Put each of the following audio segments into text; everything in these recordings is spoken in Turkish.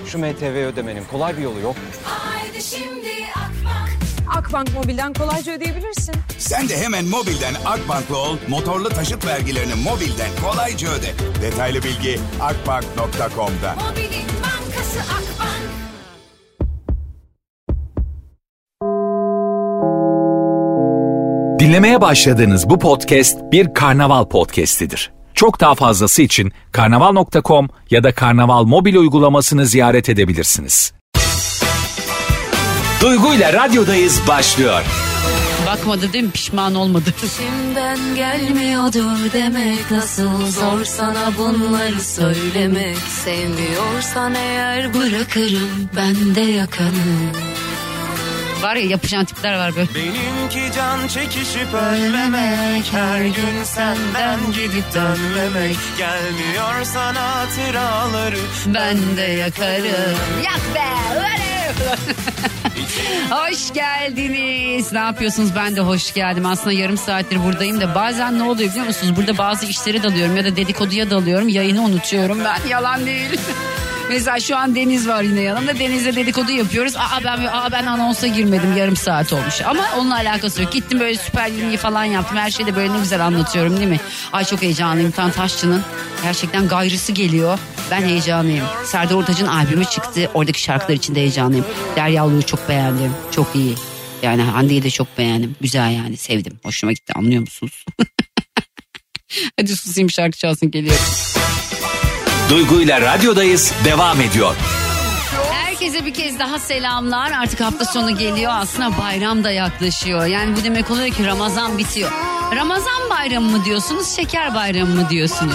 Şu MTV ödemenin kolay bir yolu yok. Haydi şimdi Akbank. Akbank Mobil'den kolayca ödeyebilirsin. Sen de hemen mobilden Akbank'la ol, motorlu taşıt vergilerini mobilden kolayca öde. Detaylı bilgi akbank.com'da. Mobilin bankası Akbank. Dinlemeye başladığınız bu podcast bir karnaval podcastidir. Çok daha fazlası için karnaval.com ya da karnaval mobil uygulamasını ziyaret edebilirsiniz. Duygu ile radyodayız başlıyor. Bakmadı değil mi? Pişman olmadı. İçimden gelmiyordur demek nasıl zor sana bunları söylemek. Sevmiyorsan eğer bırakırım ben de yakarım. Var ya yapışan tipler var böyle. Benimki can çekişip ölmemek, her gün senden gidip dönmemek. Gelmiyor sana hatıraları Ben de yakarım. Yak be! Hoş geldiniz. Ne yapıyorsunuz? Ben de hoş geldim. Aslında yarım saattir buradayım da bazen ne oluyor biliyor musunuz? Burada bazı işleri dalıyorum ya da dedikoduya dalıyorum. Yayını unutuyorum ben. Yalan değil. Mesela şu an Deniz var yine yanımda. Deniz'le dedikodu yapıyoruz. Ben anonsa girmedim, yarım saat olmuş. Ama onunla alakası yok. Gittim böyle Süper 20'yi falan yaptım. Her şeyi de böyle ne güzel anlatıyorum değil mi? Ay çok heyecanlıyım. Taşçı'nın gerçekten gayrısı geliyor. Ben heyecanlıyım. Serdar Ortaç'ın albümü çıktı. Oradaki şarkılar için de heyecanlıyım. Derya Ulu'yu çok beğendim. Çok iyi. Yani Hande'yi de çok beğendim. Güzel yani, sevdim. Hoşuma gitti, anlıyor musunuz? Hadi susayım, şarkı çalsın, geliyorum. Duygu ile radyodayız devam ediyor. Herkese bir kez daha selamlar. Artık hafta sonu geliyor. Aslında bayram da yaklaşıyor. Yani bu demek oluyor ki Ramazan bitiyor. Ramazan bayramı mı diyorsunuz, şeker bayramı mı diyorsunuz?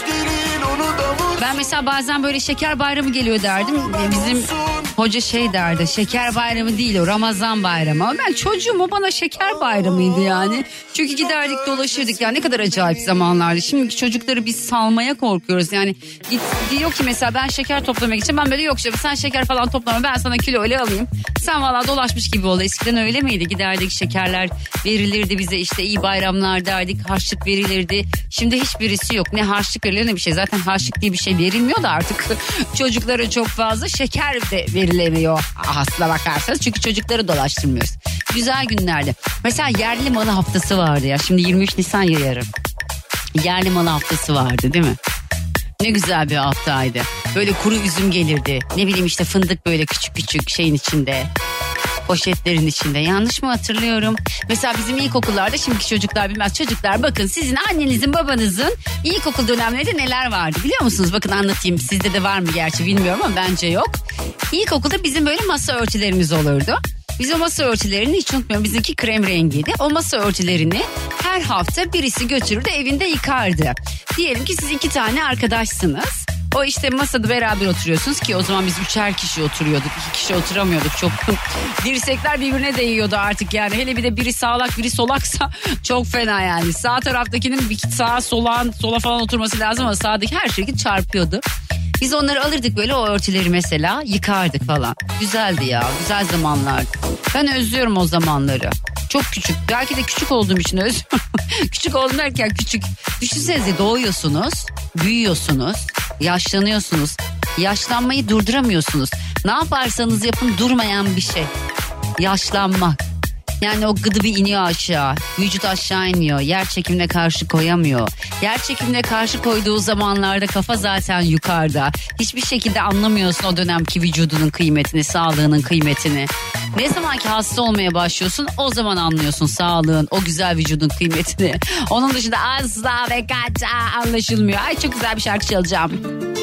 Ben mesela bazen böyle şeker bayramı geliyor derdim. Bizim hoca şey derdi, şeker bayramı değil o, Ramazan bayramı. Ama ben çocuğum, o bana şeker bayramıydı yani. Çünkü giderdik dolaşırdık ya, ne kadar acayip zamanlardı. Şimdiki çocukları biz salmaya korkuyoruz. Yani diyor ki mesela ben şeker toplamak için, ben böyle yok canım sen şeker falan toplama, ben sana kilo öyle alayım. Sen valla dolaşmış gibi ol. Eskiden öyle miydi? Giderdik, şekerler verilirdi bize, işte iyi bayramlar derdik, harçlık verilirdi. Şimdi hiçbirisi yok. Ne harçlık veriliyor ne bir şey. Zaten harçlık diye bir şey verilmiyor da artık çocuklara çok fazla şeker de verilemiyor aslına bakarsanız. Çünkü çocukları dolaştırmıyoruz. Güzel günlerde. Mesela yerli malı haftası vardı ya. Şimdi 23 Nisan ya yarın. Yerli malı haftası vardı değil mi? Ne güzel bir haftaydı. Böyle kuru üzüm gelirdi. Ne bileyim işte fındık böyle küçük küçük şeyin içinde. Poşetlerin içinde. Yanlış mı hatırlıyorum? Mesela bizim ilkokullarda, şimdiki çocuklar bilmez. Çocuklar bakın, sizin annenizin babanızın ilkokul dönemlerinde neler vardı biliyor musunuz? Bakın anlatayım. Sizde de var mı gerçi bilmiyorum ama bence yok. İlkokulda bizim böyle masa örtülerimiz olurdu. Biz o masa örtülerini hiç unutmuyorum. Bizimki krem rengiydi. O masa örtülerini her hafta birisi götürürdü, evinde yıkardı. Diyelim ki siz 2 tane arkadaşsınız. O işte masada beraber oturuyorsunuz ki o zaman biz 3'er kişi oturuyorduk. 2 kişi oturamıyorduk. Çok dirsekler birbirine değiyordu artık yani. Hele bir de biri sağlak biri solaksa çok fena yani. Sağ taraftakinin bir sağa sola falan oturması lazım ama sağdaki her şey çarpıyordu. Biz onları alırdık böyle, o örtüleri mesela yıkardık falan. Güzeldi ya, güzel zamanlardı. Ben özlüyorum o zamanları. Çok küçük, belki de küçük olduğum için özlüyorum. Küçük oldum derken küçük. Düşünsenize, doğuyorsunuz, büyüyorsunuz, yaşlanıyorsunuz. Yaşlanmayı durduramıyorsunuz. Ne yaparsanız yapın durmayan bir şey. Yaşlanmak. Yani o gıdı bir iniyor aşağı. Vücut aşağı iniyor. Yer çekimine karşı koyamıyor. Yer çekimine karşı koyduğu zamanlarda kafa zaten yukarıda. Hiçbir şekilde anlamıyorsun o dönemki vücudunun kıymetini, sağlığının kıymetini. Ne zaman ki hasta olmaya başlıyorsun, o zaman anlıyorsun sağlığın, o güzel vücudun kıymetini. Onun dışında asla ve kata anlaşılmıyor. Ay çok güzel bir şarkı çalacağım.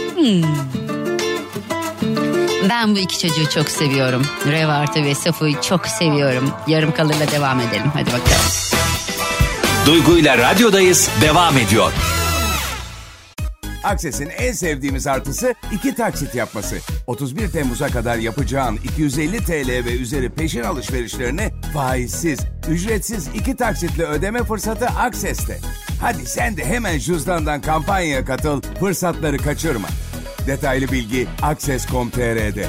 Ben bu 2 çocuğu çok seviyorum. Revart'ı ve Safu'yu çok seviyorum. Yarım kalırla devam edelim. Hadi bakalım. Duygu ile radyodayız devam ediyor. Akses'in en sevdiğimiz artısı 2 taksit yapması. 31 Temmuz'a kadar yapacağın 250 TL ve üzeri peşin alışverişlerini faizsiz, ücretsiz 2 taksitle ödeme fırsatı Akses'te. Hadi sen de hemen cüzdandan kampanyaya katıl, fırsatları kaçırma. Detaylı bilgi akses.com.tr'de.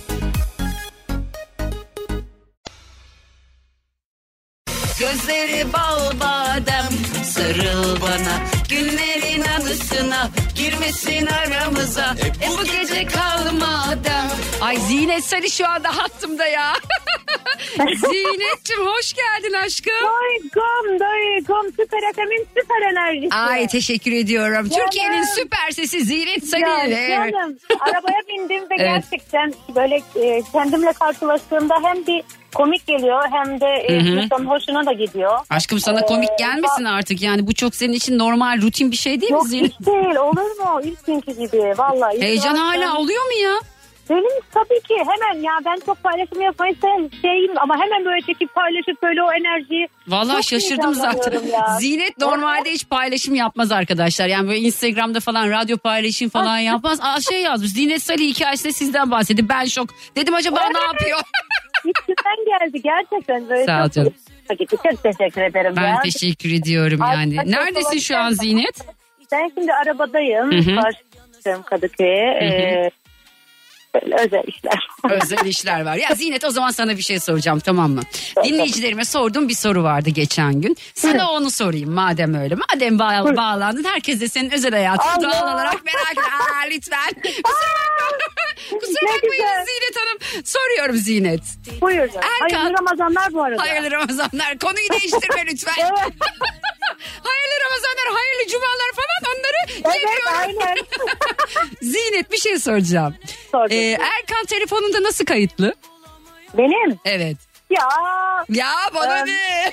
Gözleri bal badem, sarıl bana, günlerin anısına girmesin aramıza. Bu gece kal madem, Ay Zinet Salih şu anda hattımda ya. Zinet'cim hoş geldin aşkım. Doygun süper efemin süper enerjisi. Ay teşekkür ediyorum. Canım. Türkiye'nin süper sesi Zinet Salih. Ya canım arabaya bindim ve gerçekten böyle kendimle karşılaştığımda hem bir komik geliyor hem de insanın hoşuna da gidiyor. Aşkım sana komik gelmesin artık yani bu çok senin için normal rutin bir şey değil mi Zinet? Yok hiç değil olur mu ilk günkü gibi vallahi. Heyecan hala oluyor mu ya? Benim tabii ki hemen ya ben çok paylaşım yapmayı seveyim ama hemen böyle çekip paylaşıp böyle o enerjiyi. Vallahi şaşırdım zaten. Ya. Zinet normalde hiç paylaşım yapmaz arkadaşlar. Yani böyle Instagram'da falan radyo paylaşım falan yapmaz. Şey yazmış Zinet Salih hikayesinde sizden bahsetti. Ben şok. Dedim acaba ne yapıyor? İçinden geldi gerçekten. Böyle sağ ol canım. Çok teşekkür ederim. Ben teşekkür ediyorum yani. Neredesin şu an Zinet? Ben şimdi arabadayım. Karşılaştım Kadıköy'e. Böyle özel işler. Özel işler var. Ya Zinet o zaman sana bir şey soracağım tamam mı? Dinleyicilerime sorduğum bir soru vardı geçen gün. Sana onu sorayım madem öyle. Madem bağlandın herkes de senin özel hayatını doğal olarak merak ediyor. Lütfen. Kusura bakmayın Zinet Hanım. Soruyorum Zinet. Buyurun. Hayırlı Ramazanlar bu arada. Hayırlı Ramazanlar. Konuyu değiştirme lütfen. Hayırlı Ramazanlar, hayırlı cumalar falan onları yemiyorum. Aynen. Zinet bir şey soracağım. Erkan telefonunda nasıl kayıtlı? Benim? Evet. Ya bana ne?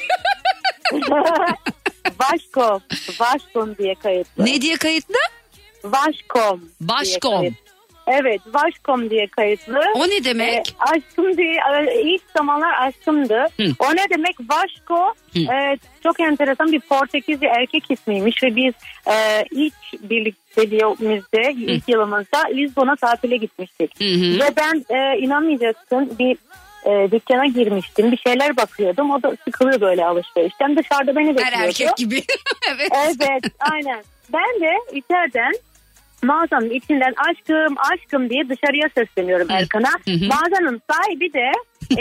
Vaşkom diye kayıtlı. Ne diye kayıtlı? Vaşkom. Evet Vaşkom diye kayıtlı. O ne demek? Aşkım diye ilk zamanlar aşkımdı. O ne demek? Vaşko çok enteresan bir Portekizce erkek ismiymiş ve biz ilk birlikteliğimizde ilk yılımızda Lizbon'a tatile gitmiştik. Ve ben inanmayacaksın bir dükkana girmiştim bir şeyler bakıyordum o da sıkılıyor böyle alışverişten dışarıda beni bekliyordu. Her erkek gibi. Evet aynen. Ben de içeriden mağazanın içinden aşkım diye dışarıya sesleniyorum Erkan'a. Mağazanın sahibi de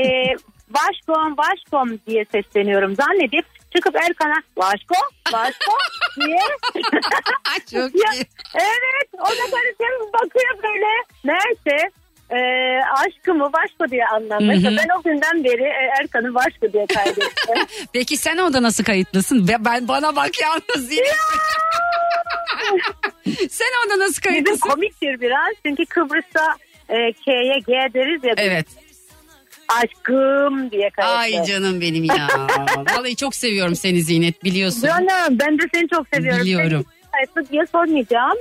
Vaşkom diye sesleniyorum zannedip çıkıp Erkan'a Vaşko diye. Çok iyi. Evet o da karışım bakıyor böyle neyse aşkımı Vaşko diye anlamış. Ben o günden beri Erkan'ı Vaşko diye kaydettim. Peki sen orada nasıl kayıtlısın? Bana bak yalnız yine. Sen orada nasıl kayıtlısın? Bizim komiktir biraz çünkü Kıbrıs'ta K'ye G deriz ya. Evet. Aşkım diye kayıtlı. Ay canım benim ya. Vallahi çok seviyorum seni Zinet biliyorsun. Canım ben de seni çok seviyorum. Biliyorum. Kayıtlı diye sormayacağım.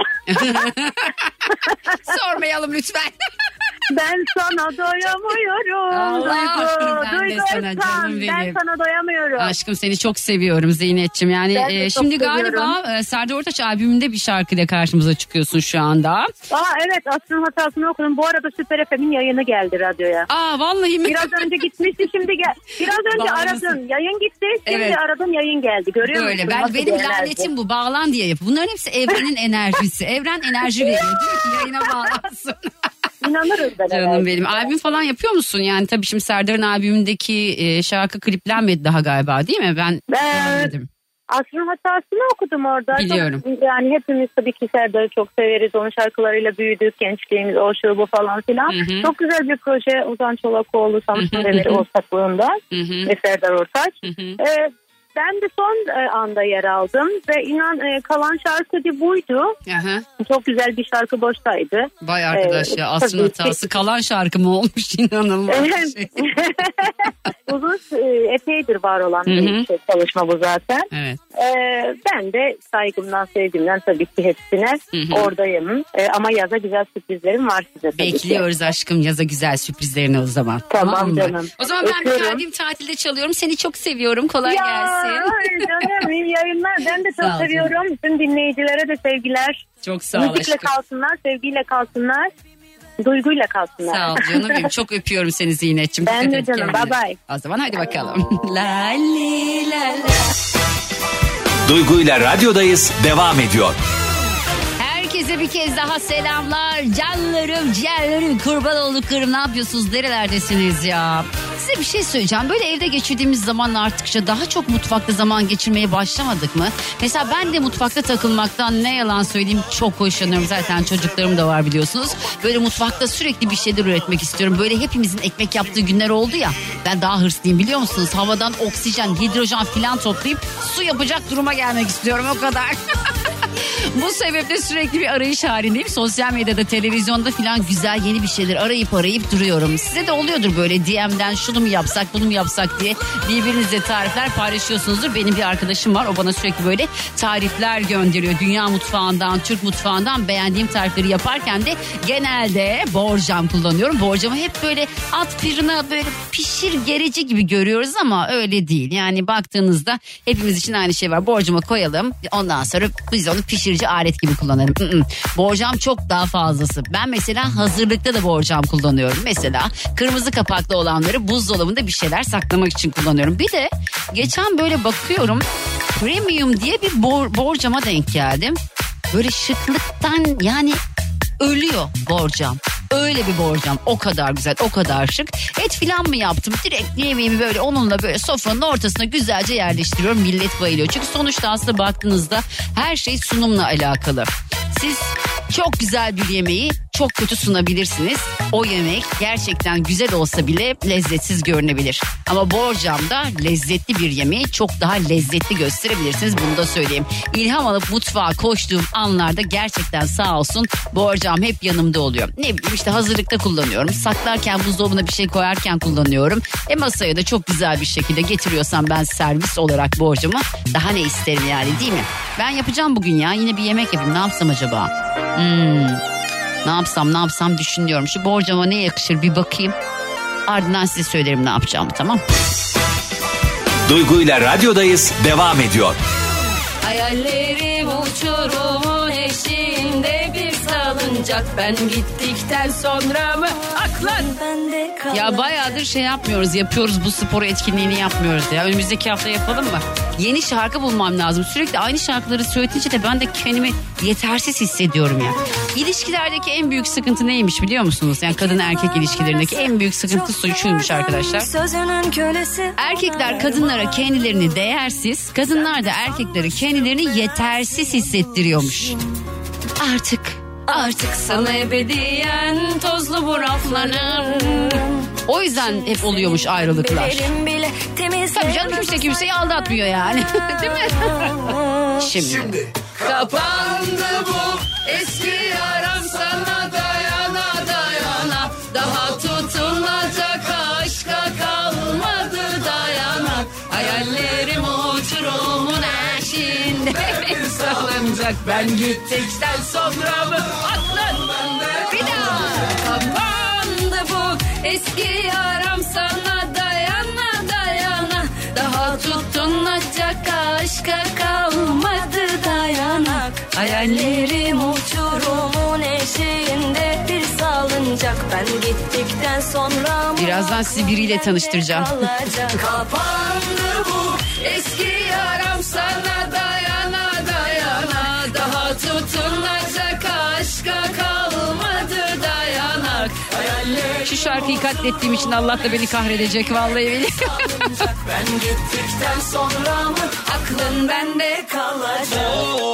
Sormayalım lütfen. Ben sana doyamıyorum. Allah, ben de sana canım benim. Ben sana doyamıyorum. Aşkım seni çok seviyorum Zeynet'ciğim. Yani şimdi galiba Serdar Ortaç albümünde bir şarkıyla karşımıza çıkıyorsun şu anda. Evet Aslı'nın hatasını okudum. Bu arada Süper FM'in yayını geldi radyoya. Vallahi mi? Biraz önce gitmişti şimdi gel. Biraz önce aradın yayın gitti. Şimdi aradım yayın geldi. Görüyor musun? Böyle benim lanetim bu bağlan diye yapıyor. Bunların hepsi evrenin enerjisi. Evren enerji veriyor. Diyor ki yayına bağlansın. İnanırız ben. Canım benim. Albüm falan yapıyor musun? Yani tabii şimdi Serdar'ın albümündeki şarkı kliplenmedi daha galiba değil mi? Ben görmedim. Asrın hatasını okudum orada. Biliyorum. Yani hepimiz tabii ki Serdar'ı çok severiz. Onun şarkılarıyla büyüdük. Gençliğimiz, o şu bu falan filan. Çok güzel bir proje Ozan Çolakoğlu, Samsun Deveri ortaklığında ve Serdar Ortaç. Ben de son anda yer aldım ve inan kalan şarkı da buydu. Çok güzel bir şarkı boştaydı. Vay arkadaş ya Asrın hatası kalan şarkı mı olmuş inanılmaz bir şey. Uzun epeydir var olan bir çalışma bu zaten. Evet. Ben de saygımdan sevgimden tabii ki hepsine oradayım. Ama yaza güzel sürprizlerim var size tabii Bekliyoruz ki. Aşkım yaza güzel sürprizlerini o zaman. Tamam canım. O zaman ben bir geldiğim tatilde çalıyorum. Seni çok seviyorum. Kolay gelsin. Canım iyi yayınlar. Ben de çok seviyorum. Tüm dinleyicilere de sevgiler. Çok sağ ol aşkım. Müzikle kalsınlar, sevgiyle kalsınlar, duyguyla kalsınlar. Sağ ol canım benim. Çok öpüyorum seni Zinet'ciğim. Ben de canım. Bye bye. O zaman hadi bakalım. La li la la. Duygu ile radyodayız devam ediyor. Herkese bir kez daha selamlar. Canlarım, ciğerlerim, kurban olduklarım. Ne yapıyorsunuz? Nerelerdesiniz ya? Size bir şey söyleyeceğim. Böyle evde geçirdiğimiz zaman arttıkça daha çok mutfakta zaman geçirmeye başlamadık mı? Mesela ben de mutfakta takılmaktan ne yalan söyleyeyim çok hoşlanıyorum. Zaten çocuklarım da var biliyorsunuz. Böyle mutfakta sürekli bir şeyler üretmek istiyorum. Böyle hepimizin ekmek yaptığı günler oldu ya. Ben daha hırslıyım biliyor musunuz? Havadan oksijen, hidrojen filan toplayıp su yapacak duruma gelmek istiyorum o kadar. Bu sebeple sürekli bir arayış halindeyim. Sosyal medyada, televizyonda filan güzel yeni bir şeyler arayıp duruyorum. Size de oluyordur böyle DM'den şunu mu yapsak bunu mu yapsak diye birbirinizle tarifler paylaşıyorsunuzdur. Benim bir arkadaşım var, o bana sürekli böyle tarifler gönderiyor. Dünya mutfağından, Türk mutfağından beğendiğim tarifleri yaparken de genelde borcam kullanıyorum. Borcamı hep böyle at fırına böyle pişir gereci gibi görüyoruz ama öyle değil. Yani baktığınızda hepimiz için aynı şey var. Borcama koyalım, ondan sonra biz onu pişirici alet gibi kullanırım. Borcam çok daha fazlası. Ben mesela hazırlıkta da borcam kullanıyorum. Mesela kırmızı kapaklı olanları buzdolabında bir şeyler saklamak için kullanıyorum. Bir de geçen böyle bakıyorum, premium diye bir borcama denk geldim. Böyle şıklıktan yani ölüyor borcam. Öyle bir borcam, o kadar güzel, o kadar şık. Et filan mı yaptım, direkt yemeğimi böyle onunla böyle sofranın ortasına güzelce yerleştiriyorum. Millet bayılıyor. Çünkü sonuçta aslında baktığınızda her şey sunumla alakalı. Siz çok güzel bir yemeği çok kötü sunabilirsiniz. O yemek gerçekten güzel olsa bile lezzetsiz görünebilir. Ama borcamda lezzetli bir yemeği çok daha lezzetli gösterebilirsiniz. Bunu da söyleyeyim. İlham alıp mutfağa koştuğum anlarda gerçekten sağ olsun borcam hep yanımda oluyor. Ne bileyim işte hazırlıkta kullanıyorum. Saklarken buzdolabına bir şey koyarken kullanıyorum. Masaya da çok güzel bir şekilde getiriyorsam ben servis olarak borcamı daha ne isterim yani, değil mi? Ben yapacağım bugün ya. Yine bir yemek yapayım. Ne yapsam acaba? Ne yapsam düşünüyorum. Şu borcama ne yakışır bir bakayım. Ardından size söylerim ne yapacağımı, tamam? Duygu ile radyodayız devam ediyor. Hayallerim uçurumun eşiğinde bir salıncak. Ben gittikten sonra mı aklan? Ya bayağıdır şey yapıyoruz bu spor etkinliğini yapmıyoruz ya. Önümüzdeki hafta yapalım mı? Yeni şarkı bulmam lazım. Sürekli aynı şarkıları söyleyince de ben de kendimi yetersiz hissediyorum ya. İlişkilerdeki en büyük sıkıntı neymiş biliyor musunuz? Yani kadın erkek ilişkilerindeki en büyük sıkıntı şuymuş arkadaşlar. Erkekler kadınlara kendilerini değersiz, kadınlar da erkekleri kendilerini yetersiz hissettiriyormuş. Artık sana ebediyen tozlu bu rafların. O yüzden hep oluyormuş ayrılıklar. Tabii canım kimseyi aldatmıyor yani. Değil mi? Şimdi. Kapandı bu eski yaram, sana dayana dayana. Daha tutunacak aşka kalmadı dayanak. Hayallerim uçurumun eşiğinde bir salıncak. Ben gittikten sonra mı aklın? Bir daha. Kapandı bu eski yaram, sana dayana dayana. Daha tutunacak aşka kalmadı dayanak. Hayallerim uçurumun eşiğinde bir salıncak. Ben gittikten sonra birazdan sizi biriyle tanıştıracağım. Kapandı bu eski yaram, sana dayana dayana. Daha tutunacak aşka kalmadı dayanak. Şu şarkıyı katlettiğim için Allah da beni kahredecek vallahi billahi. Ben gittikten sonra mı aklın bende kalacak?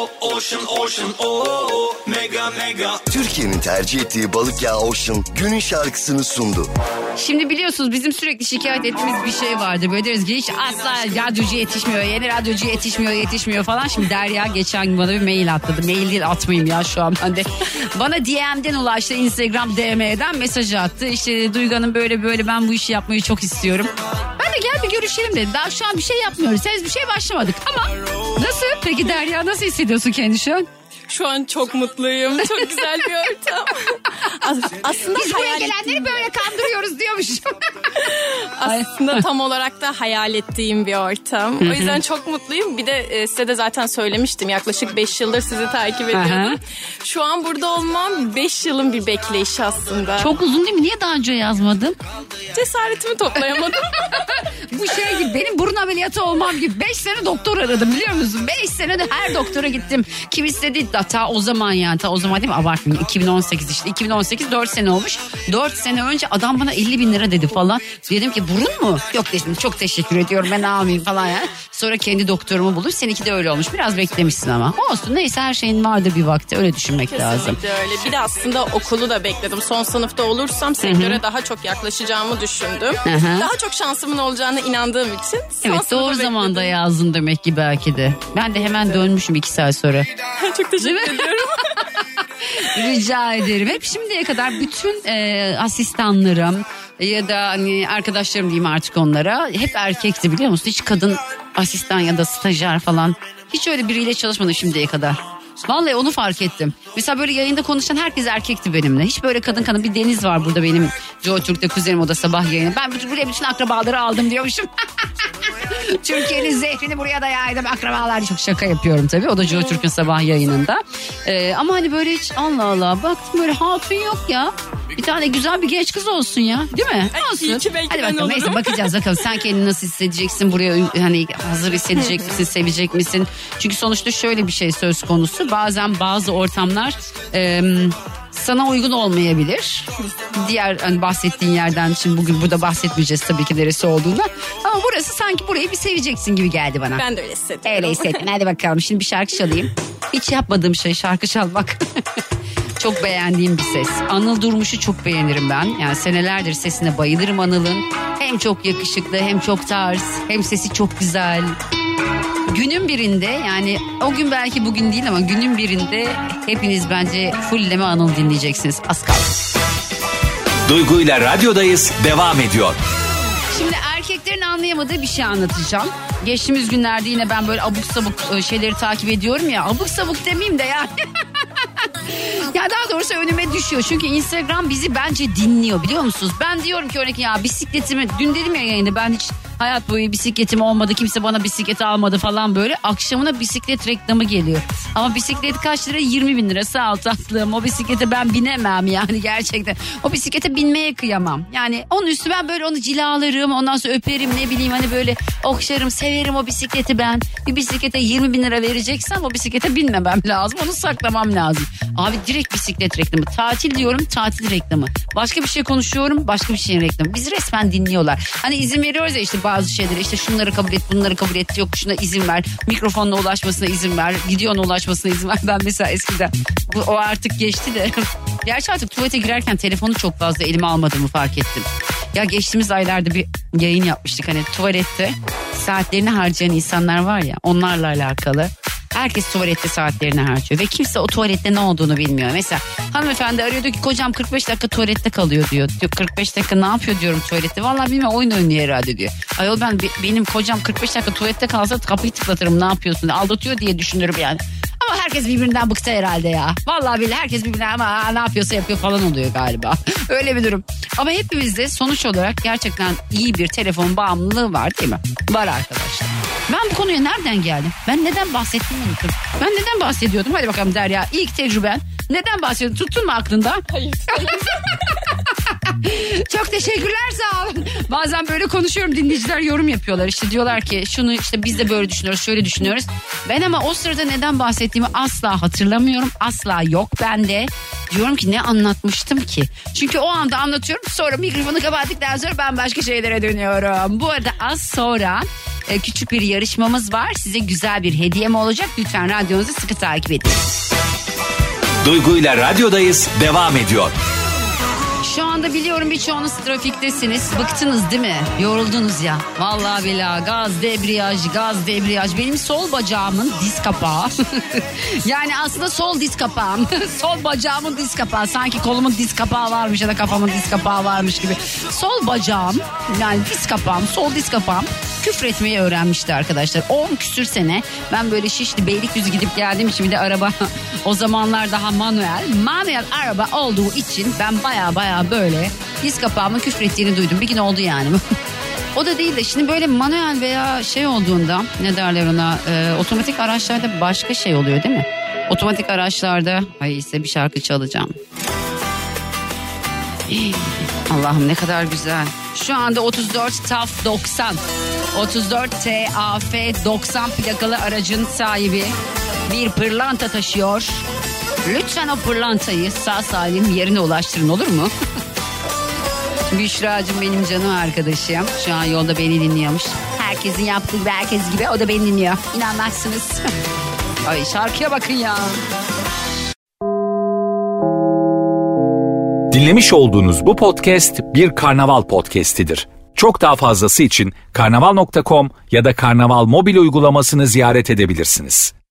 Mega. Türkiye'nin tercih ettiği balık yağı Ocean günün şarkısını sundu. Şimdi biliyorsunuz bizim sürekli şikayet ettiğimiz bir şey vardır. Böyle deriz ki hiç asla radyocu yetişmiyor, yeni radyocu yetişmiyor falan. Şimdi Derya geçen gün bana bir mail atladı. Mail değil, atmayayım ya şu an ben de. Bana DM'den ulaştı, Instagram DM'den mesaj attı. İşte Duygu Hanım böyle ben bu işi yapmayı çok istiyorum. Ben de gel bir görüşelim dedim. Daha şu an bir şey yapmıyoruz. Henüz bir şey başlamadık ama nasıl? Peki Derya nasıl hissediyorsun kendini şu an? Şu an çok mutluyum. Çok güzel bir ortam. Aslında biz buraya gelenleri böyle kandırıyoruz diyormuş. Aslında tam olarak da hayal ettiğim bir ortam. O yüzden çok mutluyum. Bir de size de zaten söylemiştim. Yaklaşık 5 yıldır sizi takip ediyordum. Şu an burada olmam 5 yılın bir bekleyişi aslında. Çok uzun değil mi? Niye daha önce yazmadın? Cesaretimi toplayamadım. Bu şey gibi, benim burun ameliyatı olmam gibi. 5 sene doktor aradım biliyor musun? 5 sene de her doktora gittim. Kim istedi? Ta o zaman yani. Ta o zaman değil mi? Abartmayayım. 2018 işte. 2018 4 sene olmuş. 4 sene önce adam bana 50.000 lira dedi falan. Dedim ki burun mu? Yok dedim, çok teşekkür ediyorum, ben almayayım falan yani. Sonra kendi doktorumu buldum. Seninki de öyle olmuş. Biraz beklemişsin ama. Olsun, neyse, her şeyin vardır bir vakti. Öyle düşünmek lazım. Kesinlikle öyle. Bir de aslında okulu da bekledim. Son sınıfta olursam sektöre daha çok yaklaşacağımı düşündüm. Daha çok şansımın olacağına inandığım için. Evet, doğru zamanda yazdın demek ki belki de. Ben de hemen dönmüşüm 2 saat sonra. Çok teşekkür ediyorum. Rica ederim. Hep şimdiye kadar bütün asistanlarım ya da hani arkadaşlarım diyeyim artık onlara, hep erkekti biliyor musun? Hiç kadın asistan ya da stajyer falan hiç öyle biriyle çalışmadım şimdiye kadar. Vallahi onu fark ettim. Mesela böyle yayında konuşan herkes erkekti benimle. Hiç böyle kadın bir Deniz var burada benim Joy Türk'te kuzenim, o da sabah yayını. Ben buraya bütün akrabaları aldım diyormuşum. Türkiye'nin zehrini buraya da yaydım. Akrabalar, çok şaka yapıyorum tabii. O da Joy Türk'ün sabah yayınında. Ama hani böyle hiç Allah Allah baktım böyle hatun yok ya. Bir tane güzel bir genç kız olsun ya. Değil mi? Olsun. Hadi bakalım, neyse bakacağız bakalım. Sen kendini nasıl hissedeceksin, buraya hani hazır hissedecek misin, sevecek misin? Çünkü sonuçta şöyle bir şey söz konusu. Bazen bazı ortamlar sana uygun olmayabilir. Diğer hani bahsettiğin yerden, şimdi bugün burada bahsetmeyeceğiz tabii ki neresi olduğunu. Ama burası sanki burayı bir seveceksin gibi geldi bana. Ben de öyle hissettim. Öyle hissettim. Hadi bakalım, şimdi bir şarkı çalayım. Hiç yapmadığım şey şarkı çalmak. Çok beğendiğim bir ses. Anıl Durmuş'u çok beğenirim ben. Yani senelerdir sesine bayılırım Anıl'ın. Hem çok yakışıklı, hem çok tarz, hem sesi çok güzel. Günün birinde, yani o gün belki bugün değil ama günün birinde hepiniz bence fulleme Anıl dinleyeceksiniz. Az kaldı. Duygu ile radyodayız devam ediyor. Şimdi erkeklerin anlayamadığı bir şey anlatacağım. Geçtiğimiz günlerde yine ben böyle abuk sabuk şeyleri takip ediyorum ya. Abuk sabuk demeyeyim de yani. Ya daha doğrusu önüme düşüyor. Çünkü Instagram bizi bence dinliyor, biliyor musunuz? Ben diyorum ki örnek ya, bisikletimi dün dedim ya yayında, ben hiç hayat boyu bisikletim olmadı, kimse bana bisiklet almadı falan böyle. Akşamına bisiklet reklamı geliyor. Ama bisiklet kaç lira? 20.000 lira. Sağ ol tatlım. O bisiklete ben binemem yani gerçekten. O bisiklete binmeye kıyamam. Yani onun üstü ben böyle onu cilalarım, ondan sonra öperim, ne bileyim hani böyle okşarım, severim o bisikleti ben. Bir bisiklete 20.000 lira vereceksem o bisiklete binmemem lazım. Onu saklamam lazım. Abi direkt bisiklet reklamı. Tatil diyorum, tatil reklamı. Başka bir şey konuşuyorum, başka bir şeyin reklamı. Bizi resmen dinliyorlar. Hani izin veriyoruz ya işte bazı şeyleri, işte şunları kabul et, bunları kabul et, yok şuna izin ver, mikrofonla ulaşmasına izin ver, videonla ulaşmasına izin ver. Ben mesela eskiden o artık geçti de gerçi artık tuvalete girerken telefonu çok fazla elime almadığımı fark ettim. Ya geçtiğimiz aylarda bir yayın yapmıştık, hani tuvalette saatlerini harcayan insanlar var ya, onlarla alakalı. Herkes tuvalette saatlerini harcıyor ve kimse o tuvalette ne olduğunu bilmiyor. Mesela hanımefendi arıyor, diyor ki kocam 45 dakika tuvalette kalıyor diyor. Diyor 45 dakika ne yapıyor diyorum tuvalette. Vallahi bilmiyorum, oyun oynuyor herhalde diyor. Ayol benim kocam 45 dakika tuvalette kalsa kapıyı tıklatırım, ne yapıyorsun, aldatıyor diye düşünürüm yani. Ama herkes birbirinden bıktı herhalde ya. Vallahi billahi herkes birbirinden ama ne yapıyorsa yapıyor falan oluyor galiba. Öyle bir durum. Ama hepimizde sonuç olarak gerçekten iyi bir telefon bağımlılığı var değil mi? Var arkadaşlar. Ben bu konuya nereden geldim? Ben neden bahsettim unuttum. Ben neden bahsediyordum? Hadi bakalım Derya, ilk tecrüben. Neden bahsediyordun? Tuttun mu aklında? Hayır. Çok teşekkürler, sağ olun. Bazen böyle konuşuyorum, dinleyiciler yorum yapıyorlar. İşte diyorlar ki şunu işte biz de böyle düşünüyoruz, şöyle düşünüyoruz. Ben ama o sırada neden bahsettiğimi asla hatırlamıyorum. Asla yok bende. Diyorum ki ne anlatmıştım ki? Çünkü o anda anlatıyorum, sonra mikrofonu kapattıktan sonra ben başka şeylere dönüyorum. Bu arada az sonra küçük bir yarışmamız var. Size güzel bir hediyem olacak. Lütfen radyonuzu sıkı takip edin. Duygu ile radyodayız devam ediyor. Şu anda biliyorum birçoğunuz trafiktesiniz. Bıktınız değil mi? Yoruldunuz ya. Vallahi billahi gaz debriyaj. Benim sol bacağımın diz kapağı. Yani aslında sol diz kapağım. Sol bacağımın diz kapağı. Sanki kolumun diz kapağı varmış ya da kafamın diz kapağı varmış gibi. Sol bacağım, yani diz kapağım, sol diz kapağım küfretmeyi öğrenmişti arkadaşlar. 10 küsür sene ben böyle Şişli Beylikdüzü gidip geldiğim için, bir de araba o zamanlar daha manuel araba olduğu için ben baya böyle diz kapağımın küfrettiğini duydum. Bir gün oldu yani. O da değil de şimdi böyle manuel veya şey olduğunda, ne derler ona, otomatik araçlarda başka şey oluyor değil mi? Otomatik araçlarda size bir şarkı çalacağım. Allah'ım ne kadar güzel. Şu anda 34 TAF 90. 34 TAF 90 plakalı aracın sahibi bir pırlanta taşıyor. Lütfen o pırlantayı sağ salim yerine ulaştırın, olur mu? Büşra'cığım benim canım arkadaşım. Şu an yolda beni dinliyormuş. Herkesin yaptığı gibi herkes gibi o da beni dinliyor. İnanmazsınız. Ay şarkıya bakın ya. Dinlemiş olduğunuz bu podcast bir Karnaval podcastidir. Çok daha fazlası için karnaval.com ya da Karnaval mobil uygulamasını ziyaret edebilirsiniz.